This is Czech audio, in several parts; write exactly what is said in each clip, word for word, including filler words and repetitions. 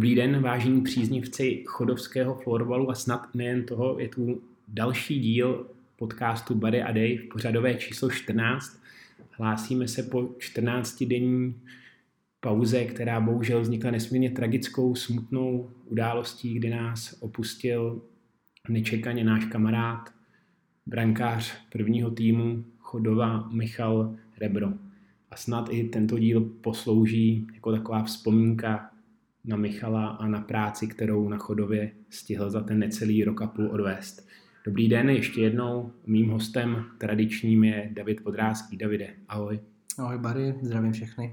Dobrý den, vážení příznivci chodovského florbalu a snad nejen toho, je tu další díl podcastu Buddy a Dave, pořadové číslo čtrnáct. Hlásíme se po čtrnáctidenní pauze, která bohužel vznikla nesmírně tragickou, smutnou událostí, kdy nás opustil nečekaně náš kamarád, brankář prvního týmu Chodova Michal Rebro. A snad i tento díl poslouží jako taková vzpomínka na Michala a na práci, kterou na Chodově stihl za ten necelý rok a půl odvést. Dobrý den, ještě jednou. Mým hostem tradičním je David Podrázký. Davide, ahoj. Ahoj Barry, zdravím všechny.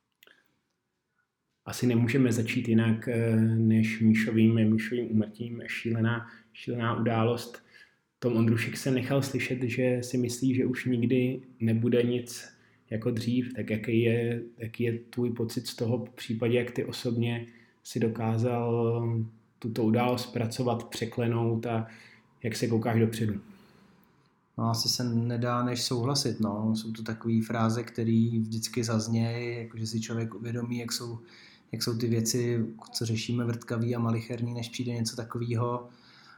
Asi nemůžeme začít jinak než Míšovým, Míšovým úmrtím. Šílená, šílená událost. Tom Ondrušek se nechal slyšet, že si myslí, že už nikdy nebude nic jako dřív. Tak jaký je, jaký je tvůj pocit z toho, v případě, jak ty osobně si dokázal tuto událost zpracovat, překlenout a jak se koukáš dopředu? No, asi se nedá než souhlasit. No. Jsou to takové fráze, které vždycky zaznějí, jakože si člověk uvědomí, jak jsou, jak jsou ty věci, co řešíme, vrtkavý a malicherný, než přijde něco takového.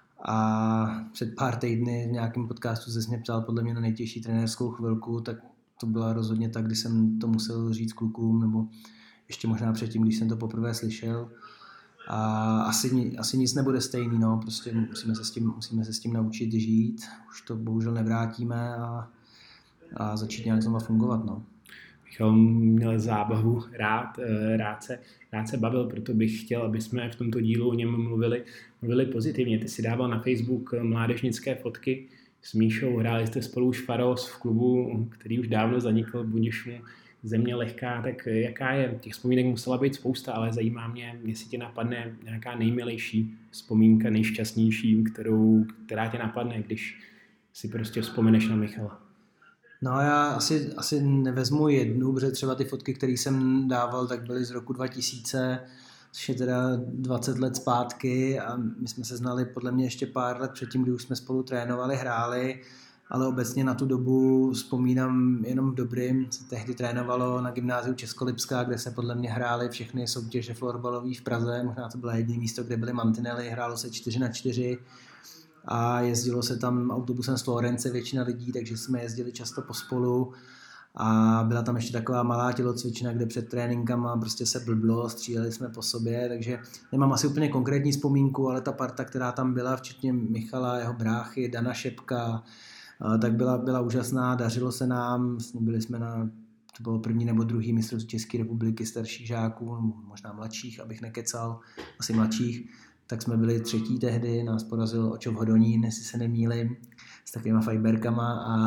A před pár týdny v nějakém podcastu se mě ptal podle mě na nejtěžší trenérskou chvilku, tak to byla rozhodně tak, kdy jsem to musel říct klukům, nebo ještě možná předtím, když jsem to poprvé slyšel. A asi, asi nic nebude stejný, no. Prostě musíme se s tím, musíme se s tím naučit žít, už to bohužel nevrátíme a, a začít nějak znovu fungovat, no. Michal měl zábavu, rád, rád, se, rád se bavil, proto bych chtěl, aby jsme v tomto dílu o něm mluvili, mluvili pozitivně. Ty si dával na Facebook mládežnické fotky s Míšou, hráli jste spolu už Faros v klubu, který už dávno zanikl, budiž mu země lehká, tak jaká je? Těch vzpomínek musela být spousta, ale zajímá mě, jestli tě napadne nějaká nejmilejší vzpomínka, nejšťastnější, kterou, která tě napadne, když si prostě vzpomeneš na Michala. No já asi, asi nevezmu jednu, protože třeba ty fotky, které jsem dával, tak byly z roku dva tisíce, což je teda dvacet let zpátky a my jsme se znali podle mě ještě pár let předtím, kdy už jsme spolu trénovali, hráli, ale obecně na tu dobu vzpomínám jenom v dobrým. Se tehdy trénovalo na gymnáziu Českolipská, kde se podle mě hrály všechny soutěže florbalové v Praze, možná to bylo jediné místo, kde byly mantinely, hrálo se čtyři na čtyři a jezdilo se tam autobusem z Florence většina lidí, takže jsme jezdili často pospolu a byla tam ještě taková malá tělocvična, kde před tréninkama prostě se blblo, stříleli jsme po sobě, takže nemám asi úplně konkrétní vzpomínku, ale ta parta, která tam byla, včetně Michala, jeho bráchy, Dana Šepka, tak byla, byla úžasná, dařilo se nám, byli jsme na, to bylo první nebo druhý mistrovství České republiky starších žáků, možná mladších, abych nekecal, asi mladších, tak jsme byli třetí tehdy, nás porazil Očov Hodonín, jestli se nemýlim, s takovýma fajberkama a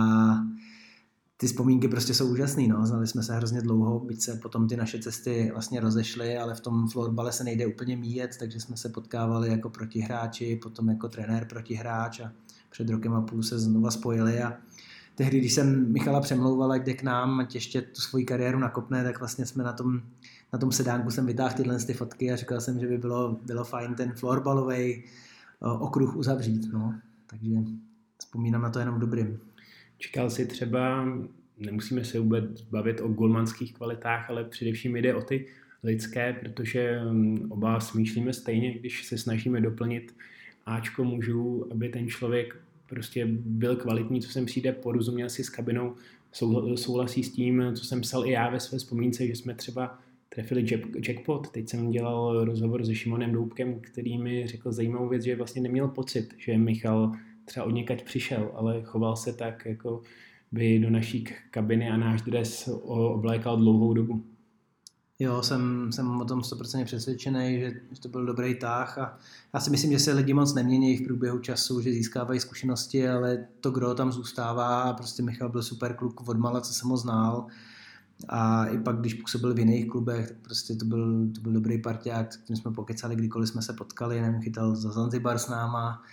ty vzpomínky prostě jsou úžasný, no. Znali jsme se hrozně dlouho, byť se potom ty naše cesty vlastně rozešly, ale v tom florbale se nejde úplně míjet, takže jsme se potkávali jako protihráči, potom jako trenér protihráč a před rokem a půl se znova spojili a tehdy, když jsem Michala přemlouval, ať jde k nám, ať ještě tu svoji kariéru nakopne, tak vlastně jsme na tom, na tom sedánku jsem vytáhl tyhle ty fotky a říkal jsem, že by bylo, bylo fajn ten florbalový okruh uzavřít, no. Takže vzpomínám na to jenom dobrým. Čekal jsi třeba, nemusíme se vůbec bavit o golmanských kvalitách, ale především jde o ty lidské, protože oba smýšlíme stejně, když se snažíme doplnit áčko mužů, aby ten člověk prostě byl kvalitní, co sem přijde, porozuměl si s kabinou, souhlasí s tím, co jsem psal i já ve své vzpomínce, že jsme třeba trefili jackpot. Teď jsem dělal rozhovor se Šimonem Doubkem, který mi řekl zajímavou věc, že vlastně neměl pocit, že Michal třeba od někaď přišel, ale choval se tak, jako by do naší kabiny a náš dres oblékal dlouhou dobu. Jo, jsem, jsem o tom sto procent přesvědčený, že to byl dobrý tah a já si myslím, že se lidi moc nemění v průběhu času, že získávají zkušenosti, ale to gro tam zůstává a prostě Michal byl super kluk odmala, co jsem ho znal a i pak, když působil v jiných klubech, tak prostě to byl, to byl dobrý parťák, s kterým jsme pokecali, kdykoliv jsme se potkali, nevím, chytal za Zanzibar s náma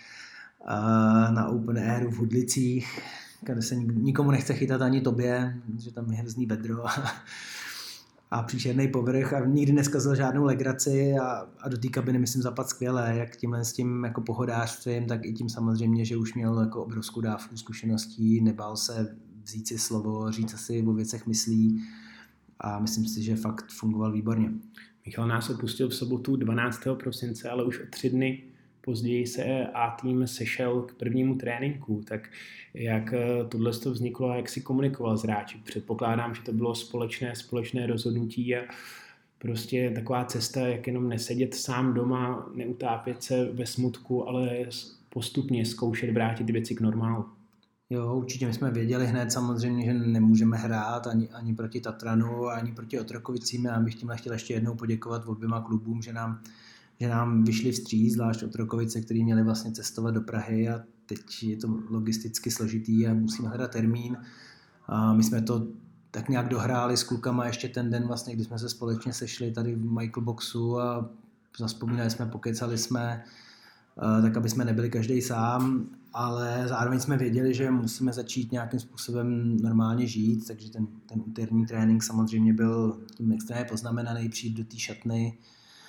na Open Airu v Hudlicích, kde se nikomu nechce chytat ani tobě, že tam je hrozný bedro a příšerný povrch a nikdy neskazil žádnou legraci a, a do té kabiny myslím zapadl skvěle, jak tímhle s tím jako pohodářstvím, tak i tím samozřejmě, že už měl jako obrovskou dávku zkušeností, nebál se vzít si slovo, říct si o věcech myslí a myslím si, že fakt fungoval výborně. Michal nás opustil v sobotu dvanáctého prosince, ale už o tři dny později se A-tým sešel k prvnímu tréninku. Tak jak tohle to vzniklo a jak si komunikoval s hráči? Předpokládám, že to bylo společné, společné rozhodnutí a prostě taková cesta, jak jenom nesedět sám doma, neutápět se ve smutku, ale postupně zkoušet vrátit věci k normálu. Jo, určitě my jsme věděli hned samozřejmě, že nemůžeme hrát ani, ani proti Tatranu, ani proti Otrokovicím. Já bych tímhle chtěl ještě jednou poděkovat oběma klubům, že nám, že nám vyšli vstříc, zvlášť Otrokovice, který měli vlastně cestovat do Prahy a teď je to logisticky složitý a musíme hledat termín. A my jsme to tak nějak dohráli s klukama ještě ten den, vlastně, kdy jsme se společně sešli tady v Michael Boxu a zazpomínali jsme, pokecali jsme, tak aby jsme nebyli každý sám, ale zároveň jsme věděli, že musíme začít nějakým způsobem normálně žít, takže ten, ten úterní trénink samozřejmě byl tím extrémně poznamenaný, přijít do té šatny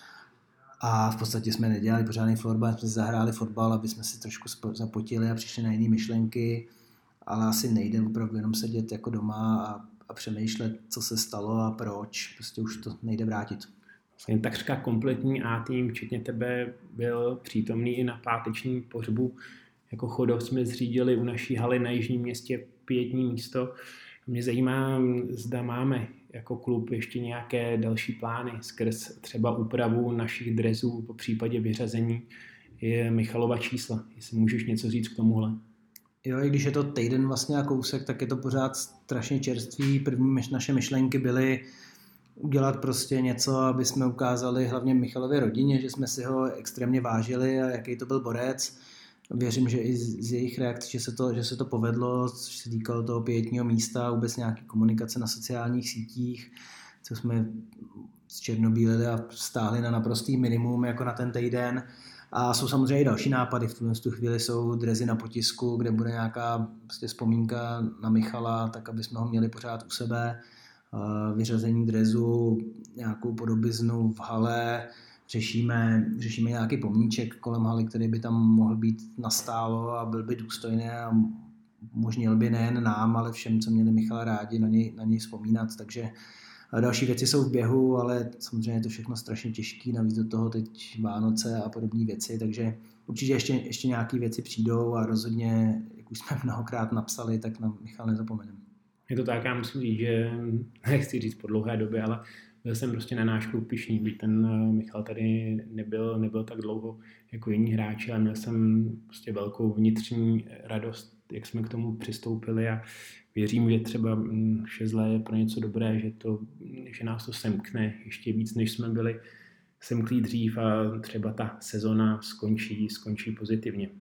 a v podstatě jsme nedělali pořádný florbal, jsme si zahráli fotbal, aby jsme si trošku zapotili a přišli na jiné myšlenky, ale asi nejde opravdu jenom sedět jako doma a, a přemýšlet, co se stalo a proč, prostě už to nejde vrátit. Vlastně takřka kompletní A-tým, včetně tebe, byl přítomný i na páteční pohřbu. Jako Chodov jsme zřídili u naší haly na Jižním Městě pětní místo. Mě zajímá, zda máme jako klub ještě nějaké další plány skrz třeba úpravu našich dresů, po případě vyřazení je Michalova čísla. Jestli můžeš něco říct k tomuhle. Jo, i když je to týden vlastně a kousek, tak je to pořád strašně čerstvý. První naše myšlenky byly udělat prostě něco, aby jsme ukázali hlavně Michalově rodině, že jsme si ho extrémně vážili a jaký to byl borec. Věřím, že i z, z jejich reakcí, že se to, že se to povedlo, což se týkalo toho pětního místa, vůbec nějaké komunikace na sociálních sítích, co jsme zčernobílili a stáhli na naprostý minimum jako na ten týden. A jsou samozřejmě i další nápady. V tuhle chvíli jsou dresy na potisku, kde bude nějaká prostě vzpomínka na Michala, tak aby jsme ho měli pořád u sebe. Vyřazení dresu, nějakou podobiznu v hale, řešíme, řešíme nějaký pomníček kolem haly, který by tam mohl být nastálo a byl by důstojný a umožnil by nejen nám, ale všem, co měli Michala rádi, na něj, na něj vzpomínat. Takže další věci jsou v běhu, ale samozřejmě je to všechno strašně těžké, navíc do toho teď Vánoce a podobné věci, takže určitě ještě, ještě nějaké věci přijdou a rozhodně, jak už jsme mnohokrát napsali, tak na Michal nezapomeneme. Je to tak, já musím říct, že nechci říct po dlouhé době, ale byl jsem prostě na náš klub pyšný, byť ten Michal tady nebyl, nebyl tak dlouho jako jiní hráči, ale měl jsem prostě velkou vnitřní radost, jak jsme k tomu přistoupili a věřím, že třeba šest let je pro něco dobré, že, to, že nás to semkne ještě víc, než jsme byli semklí dřív a třeba ta sezona skončí, skončí pozitivně.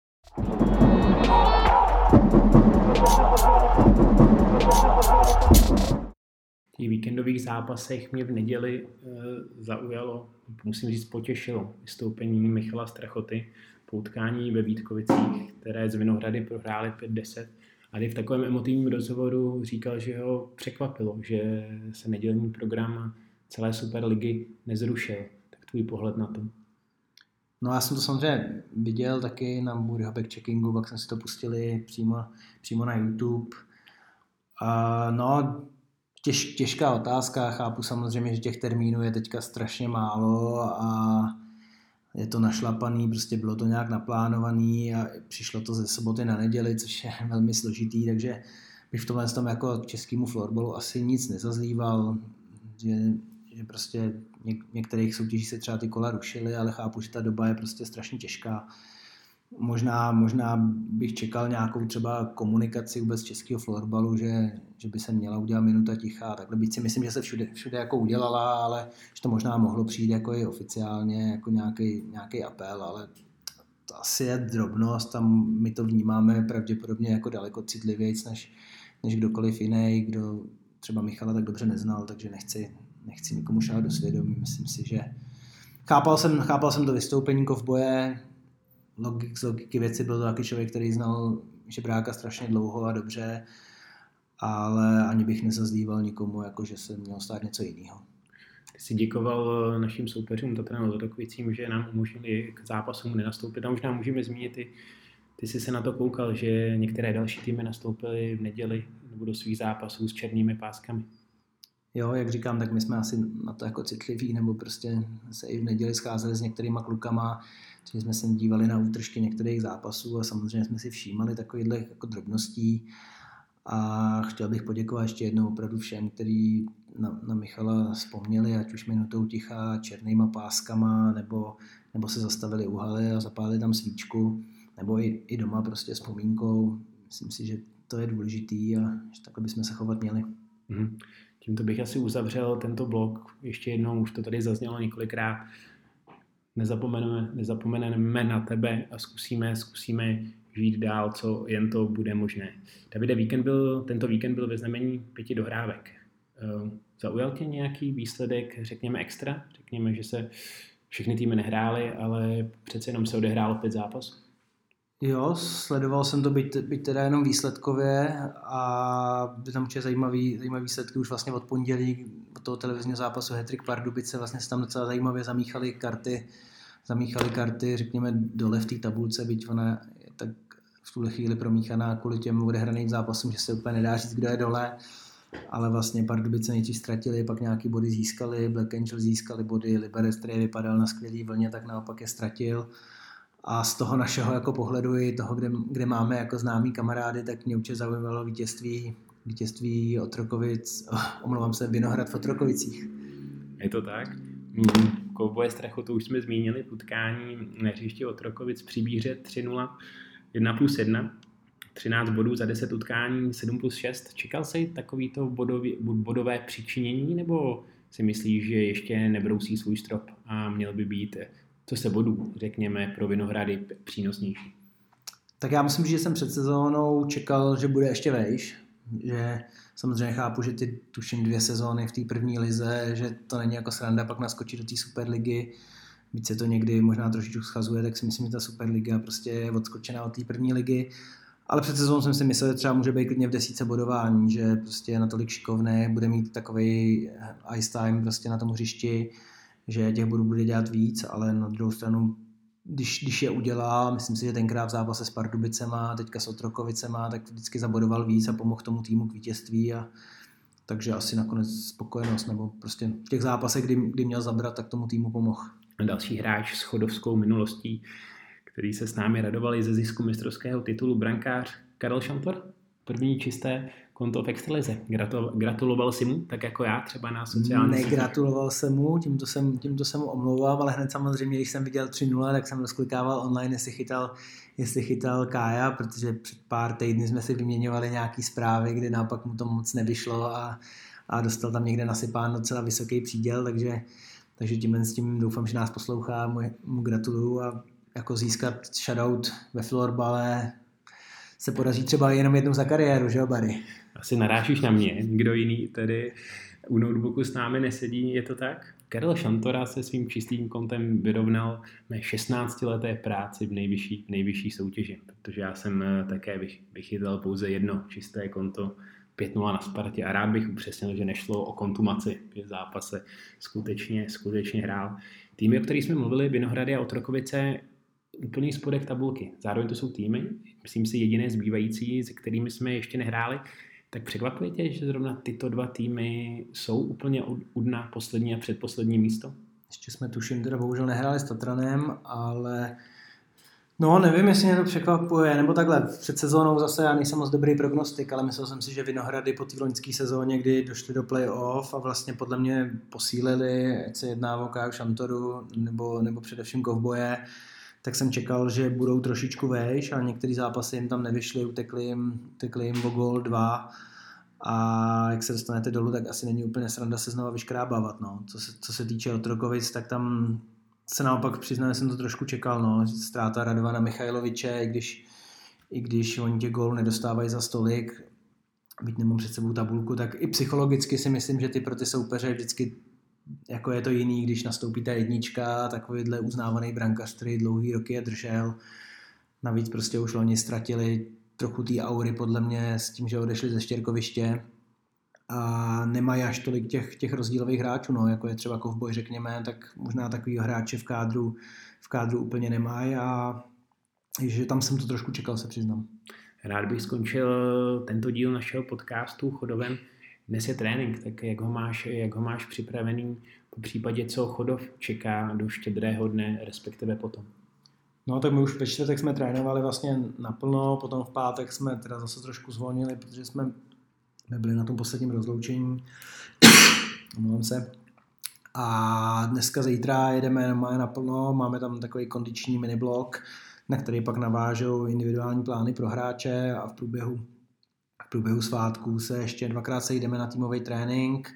V těch víkendových zápasech mě v neděli e, zaujalo, musím říct potěšilo, vystoupení Michala Strachoty po utkání ve Vítkovicích, které z Vinohrady prohráli pět deset. A v takovém emotivním rozhovoru říkal, že ho překvapilo, že se nedělní program celé Superligy nezrušil. Tak tvůj pohled na to? No já jsem to samozřejmě viděl taky na Buryho backcheckingu, pak jsem si to pustili přímo, přímo na YouTube. A no, těž, těžká otázka, chápu samozřejmě, že těch termínů je teďka strašně málo a je to našlapaný, prostě bylo to nějak naplánovaný a přišlo to ze soboty na neděli, což je velmi složitý, takže bych v tomhle tom jako českému florbalu asi nic nezazlíval, že, že prostě něk, některých soutěží se třeba ty kola rušily, ale chápu, že ta doba je prostě strašně těžká. Možná, možná bych čekal nějakou třeba komunikaci vůbec českého florbalu, že, že by se měla udělat minuta ticha. Takhle byť si myslím, že se všude, všude jako udělala, ale že to možná mohlo přijít jako i oficiálně, jako nějaký, nějaký apel, ale to asi je drobnost a my to vnímáme pravděpodobně jako daleko citlivějc než, než kdokoliv jiný, kdo třeba Michala tak dobře neznal, takže nechci, nechci nikomu šát do svědomí. Myslím si, že chápal jsem, chápal jsem to vystoupení kovboje, Logik, z logiky věci byl to taky člověk, který znal Žebráka strašně dlouho a dobře, ale ani bych nezazlíval nikomu, jako že se mělo stát něco jiného. Ty jsi děkoval našim soupeřům Tatranu Otrokovicím, že nám umožnili k zápasům nenastoupit. A možná můžeme zmínit, ty, ty jsi se na to koukal, že některé další týmy nastoupily v neděli nebo do svých zápasů s černými páskami. Jo, jak říkám, tak my jsme asi na to jako citliví, nebo prostě se i v neděli scházeli s některýma klukama, že jsme se dívali na útržky některých zápasů a samozřejmě jsme si všímali takovýhle jako drobností. A chtěl bych poděkovat ještě jednou opravdu všem, kteří na, na Michala vzpomněli, ať už minutou ticha, černýma páskama, nebo, nebo se zastavili u haly a zapálili tam svíčku, nebo i, i doma prostě vzpomínkou. Myslím si, že to je důležitý a že takhle bychom se chovat měli. Mm. Tímto bych asi uzavřel tento blog. Ještě jednou, už to tady zaznělo několikrát. Nezapomeneme, nezapomeneme na tebe a zkusíme, zkusíme žít dál, co jen to bude možné. Davide, víkend byl, tento víkend byl ve znamení pěti dohrávek. Zaujal tě nějaký výsledek, řekněme extra? Řekněme, že se všechny týmy nehrály, ale přece jenom se odehrálo pět zápasů. Jo, sledoval jsem to byť, byť teda jenom výsledkově a by tam určitě zajímavý, zajímavý výsledky už vlastně od pondělí, od toho televizního zápasu Hattrick Pardubice, vlastně se tam docela zajímavě zamíchaly karty, zamíchaly karty, řekněme, dole v té tabulce, byť ona je tak v tuhle chvíli promíchaná kvůli těm odehraným zápasům, že se úplně nedá říct, kdo je dole, ale vlastně Pardubice nejdřív ztratili, pak nějaký body získali, Black Angels získali body, Liberec, který vypadal na skvělý vlně, tak naopak je ztratil. A z toho našeho jako pohledu i toho, kde, kde máme jako známí kamarády, tak mě určitě zaujalo vítězství, vítězství Otrokovic, oh, omlouvám se, Vinohrad v Otrokovicích. Je to tak? Kovboje Strachotu už jsme zmínili, utkání na hřišti Otrokovic při Bíře tři nula, jedna plus jedna, třináct bodů za deset utkání, sedm plus šest. Čekal jsi takovýto bodový, bodové přičinění, nebo si myslíš, že ještě nebrousí svůj strop a měl by být, co se bodů, řekněme, pro Vinohrady přínosnější? Tak já myslím, že jsem před sezónou čekal, že bude ještě vejš, že samozřejmě chápu, že ty tuším dvě sezóny v té první lize, že to není jako sranda pak naskočit do té Superligy, byť se to někdy možná trošičku schazuje, tak si myslím, že ta Superliga prostě je odskočená od té první ligy. Ale před sezónou jsem si myslel, že třeba může být klidně v desítce bodování, že prostě je natolik šikovný, bude mít takový ice time prostě na tom hřišti, že těch bodů bude dělat víc, ale na druhou stranu, když, když je udělá, myslím si, že tenkrát v zápase s Pardubicema, teďka s Otrokovicema, tak vždycky zabodoval víc a pomohl tomu týmu k vítězství. A, takže asi nakonec spokojenost, nebo prostě v těch zápasech, kdy, kdy měl zabrat, tak tomu týmu pomohl. Další hráč s chodovskou minulostí, který se s námi radovali ze zisku mistrovského titulu, brankář Karel Šantor. První čisté konto v extralize. Gratuloval si mu, tak jako já třeba na sociální sítích? Negratuloval jsem mu, tímto jsem, tímto jsem mu omlouval, ale hned samozřejmě, když jsem viděl tři nula, tak jsem rozklikával online, jestli chytal, jestli chytal Kája, protože před pár týdny jsme si vyměňovali nějaký zprávy, kdy naopak mu to moc nevyšlo a, a dostal tam někde nasypán docela vysoký příděl, takže, takže tímhle s tím doufám, že nás poslouchá, mu, mu gratuluju a jako získat shoutout ve florbale se podaří třeba jenom jednou za kariéru, že jo, Barry? Asi narážíš na mě, nikdo jiný tady u notebooku s námi nesedí, je to tak? Karel Šantora se svým čistým kontem vyrovnal mé šestnáctileté práci v nejvyšší, nejvyšší soutěži, protože já jsem také vychytal pouze jedno čisté konto, pět nula na Spartě a rád bych upřesnil, že nešlo o kontumaci v zápase, skutečně, skutečně hrál. Týmy, o kterých jsme mluvili, Vinohrady a Otrokovice, úplný spodek tabulky. Zároveň to jsou týmy, myslím si jediné zbývající, se kterými jsme ještě nehráli. Tak překvapuje tě, že zrovna tyto dva týmy jsou úplně u dna poslední a předposlední místo? Ještě jsme tuším teda bohužel nehráli s Tatranem, ale no nevím, jestli mě to překvapuje, nebo takhle, před sezónou zase já nejsem moc dobrý prognostik, ale myslel jsem si, že Vinohrady po té loňské sezóně, kdy došli do play-off a vlastně podle mě posílili, ať se jedná o Káju Šantoru nebo, nebo především Kovboje, tak jsem čekal, že budou trošičku vejš a některé zápasy jim tam nevyšly, utekli jim, utekli jim o gól dva a jak se dostanete dolů, tak asi není úplně sranda se znova vyškrábávat. No. Co, se, co se týče Otrokovic, tak tam se naopak přiznám, jsem to trošku čekal. No. Ztráta Radovana Michajloviče, i když, i když oni tě gól nedostávají za stolik, byť nemám před sebou tabulku, tak i psychologicky si myslím, že ty pro ty soupeře vždycky jako je to jiný, když nastoupí ta jednička, takovýhle uznávaný brankář, který dlouhý roky je držel. Navíc prostě už loni ztratili trochu té aury podle mě s tím, že odešli ze Štěrkoviště a nemají až tolik těch, těch rozdílových hráčů, no, jako je třeba Kovboj, řekněme, tak možná takovýho hráče v kádru, v kádru úplně nemají a že tam jsem to trošku čekal, se přiznám. Rád bych skončil tento díl našeho podcastu chodovem Dnes je trénink, tak jak ho máš, jak ho máš připravený, po případě co Chodov čeká do Štědrého dne, respektive potom? No tak my už ve čtvrtek jsme trénovali vlastně naplno, potom v pátek jsme teda zase trošku zvolnili, protože jsme nebyli na tom posledním rozloučení. Omlouvám se. A dneska, zítra jedeme naplno, máme tam takový kondiční miniblok, na který pak navážou individuální plány pro hráče a v průběhu, v průběhu svátků se ještě dvakrát sejdeme na týmový trénink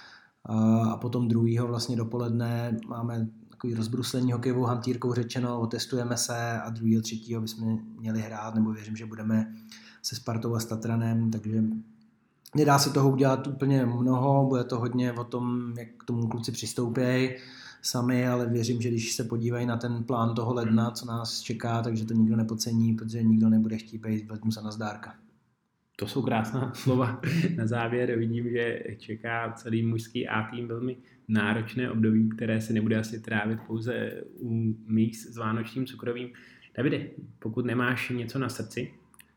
a potom druhýho vlastně dopoledne máme takový rozbruslení hokejovou hantýrkou řečeno, otestujeme se a druhýho, třetího bychom měli hrát, nebo věřím, že budeme se Spartou a s Tatranem, takže nedá se toho udělat úplně mnoho, bude to hodně o tom, jak k tomu kluci přistoupí sami, ale věřím, že když se podívají na ten plán toho ledna, co nás čeká, takže to nikdo nepodcení, protože nikdo nebude chtít být v lednu za nazdárka. To jsou krásná slova. Na závěr vidím, že čeká celý mužský A tým velmi náročné období, které se nebude asi trávit pouze u míst s vánočním cukrovým. Davide, pokud nemáš něco na srdci,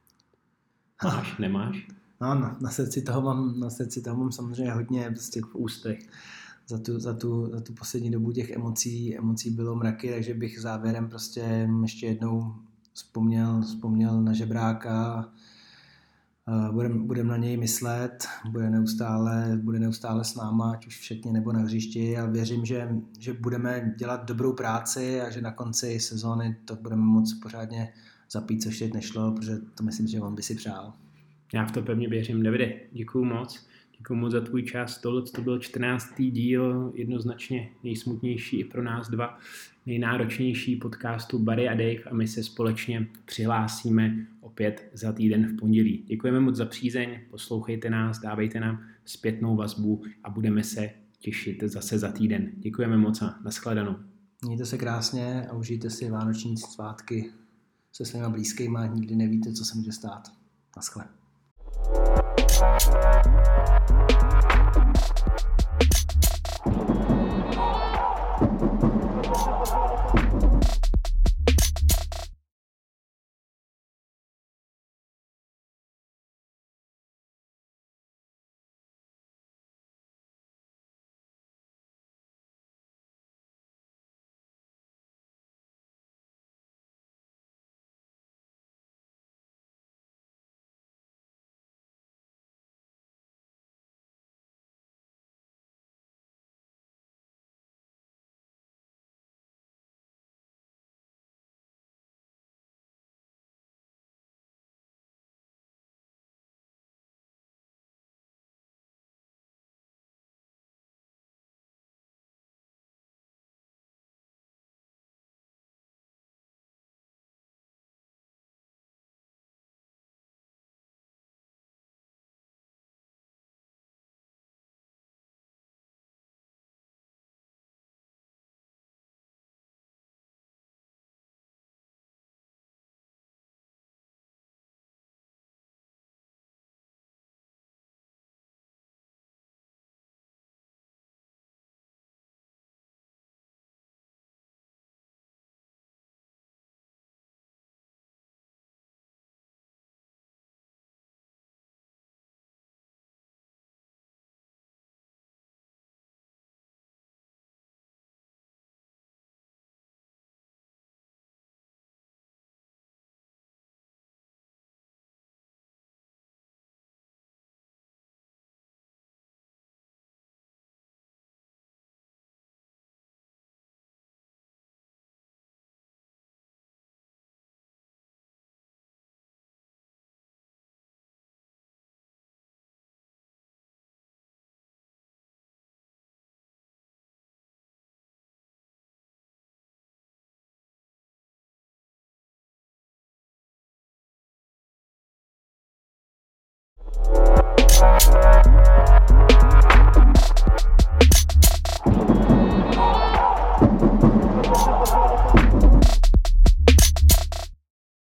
máš, nemáš? No, na, na srdci toho mám, na srdci toho mám samozřejmě hodně prostě v ústech. Za tu, za, tu, za tu poslední dobu těch emocí, emocí bylo mraky, takže bych závěrem prostě ještě jednou vzpomněl, vzpomněl na Žebráka. Budeme budem na něj myslet, bude neustále, bude neustále s náma, ať už všetně nebo na hřišti, a věřím, že, že budeme dělat dobrou práci a že na konci sezóny to budeme moct pořádně zapít, což teď nešlo, protože to myslím, že on by si přál. Já v to pevně věřím. Davide, děkuju moc. Děkuju moc za tvůj čas. Tohle to byl čtrnáctý díl, jednoznačně nejsmutnější i pro nás dva, nejnáročnější podcastu Barry a Dave, a my se společně přihlásíme opět za týden v pondělí. Děkujeme moc za přízeň, poslouchejte nás, dávejte nám zpětnou vazbu a budeme se těšit zase za týden. Děkujeme moc a nashledanou. Mějte se krásně a užijte si vánoční svátky se svýma blízkýma, nikdy nevíte, co se může stát. Naschle. We'll be right back.